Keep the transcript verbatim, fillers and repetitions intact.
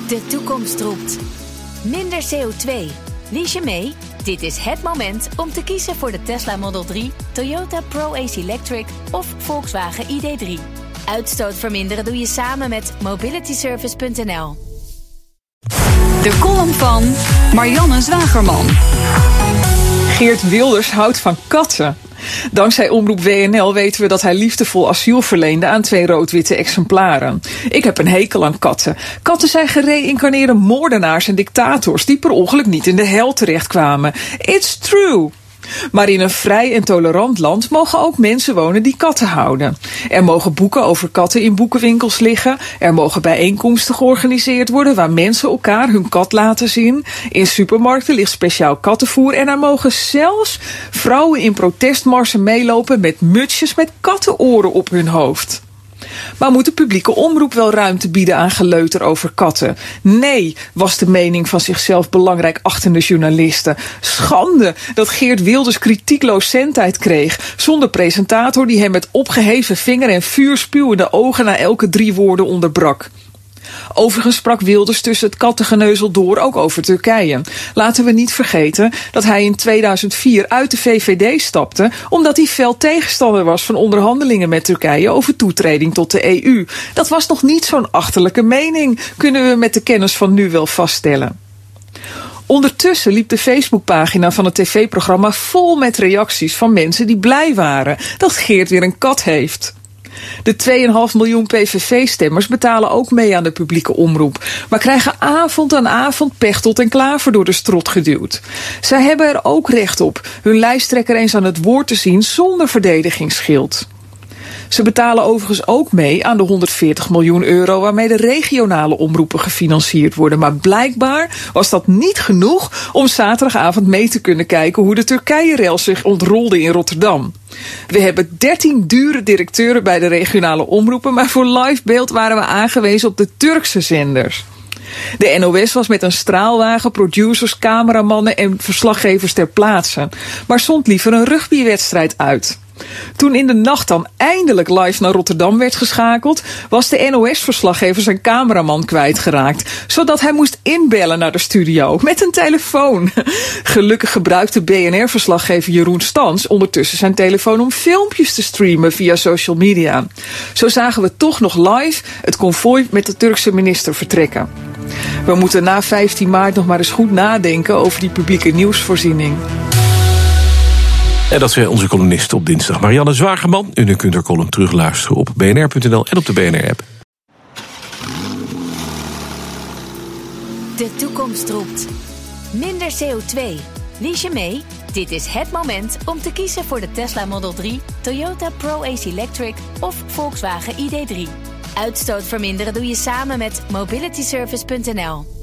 De toekomst roept. Minder C O twee. Lies je mee? Dit is het moment om te kiezen voor de Tesla Model drie, Toyota Pro-Ace Electric of Volkswagen I D drie. Uitstoot verminderen doe je samen met mobility service punt n l. De column van Marianne Zwagerman. Geert Wilders houdt van katten. Dankzij Omroep W N L weten we dat hij liefdevol asiel verleende aan twee rood-witte exemplaren. Ik heb een hekel aan katten. Katten zijn gereïncarneerde moordenaars en dictators die per ongeluk niet in de hel terechtkwamen. It's true. Maar in een vrij en tolerant land mogen ook mensen wonen die katten houden. Er mogen boeken over katten in boekenwinkels liggen. Er mogen bijeenkomsten georganiseerd worden waar mensen elkaar hun kat laten zien. In supermarkten ligt speciaal kattenvoer. En er mogen zelfs vrouwen in protestmarsen meelopen met mutsjes met kattenoren op hun hoofd. Maar moet de publieke omroep wel ruimte bieden aan geleuter over katten? Nee, was de mening van zichzelf belangrijk achtende journalisten. Schande dat Geert Wilders kritiekloos zendtijd kreeg, zonder presentator die hem met opgeheven vinger en vuurspuwende ogen na elke drie woorden onderbrak. Overigens sprak Wilders tussen het kattengeneuzel door ook over Turkije. Laten we niet vergeten dat hij in tweeduizend vier uit de V V D stapte omdat hij fel tegenstander was van onderhandelingen met Turkije over toetreding tot de E U. Dat was nog niet zo'n achterlijke mening, kunnen we met de kennis van nu wel vaststellen. Ondertussen liep de Facebookpagina van het tv-programma vol met reacties van mensen die blij waren dat Geert weer een kat heeft. De twee komma vijf miljoen P V V-stemmers betalen ook mee aan de publieke omroep, maar krijgen avond aan avond Pechtold en Klaver door de strot geduwd. Zij hebben er ook recht op hun lijsttrekker eens aan het woord te zien zonder verdedigingsschild. Ze betalen overigens ook mee aan de honderdveertig miljoen euro waarmee de regionale omroepen gefinancierd worden. Maar blijkbaar was dat niet genoeg om zaterdagavond mee te kunnen kijken hoe de Turkije-rel zich ontrolde in Rotterdam. We hebben dertien dure directeuren bij de regionale omroepen, maar voor live beeld waren we aangewezen op de Turkse zenders. De N O S was met een straalwagen producers, cameramannen en verslaggevers ter plaatse, maar zond liever een rugbywedstrijd uit. Toen in de nacht dan eindelijk live naar Rotterdam werd geschakeld, was de N O S-verslaggever zijn cameraman kwijtgeraakt, zodat hij moest inbellen naar de studio met een telefoon. Gelukkig gebruikte B N R-verslaggever Jeroen Stans ondertussen zijn telefoon om filmpjes te streamen via social media. Zo zagen we toch nog live het konvooi met de Turkse minister vertrekken. We moeten na vijftien maart nog maar eens goed nadenken over die publieke nieuwsvoorziening. En dat zei onze columnist op dinsdag, Marianne Zwagerman. U kunt haar column terugluisteren op b n r punt n l en op de B N R-app. De toekomst roept. Minder C O twee. Lies je mee? Dit is het moment om te kiezen voor de Tesla Model drie, Toyota Pro-Ace Electric of Volkswagen I D drie. Uitstoot verminderen doe je samen met mobility service punt n l.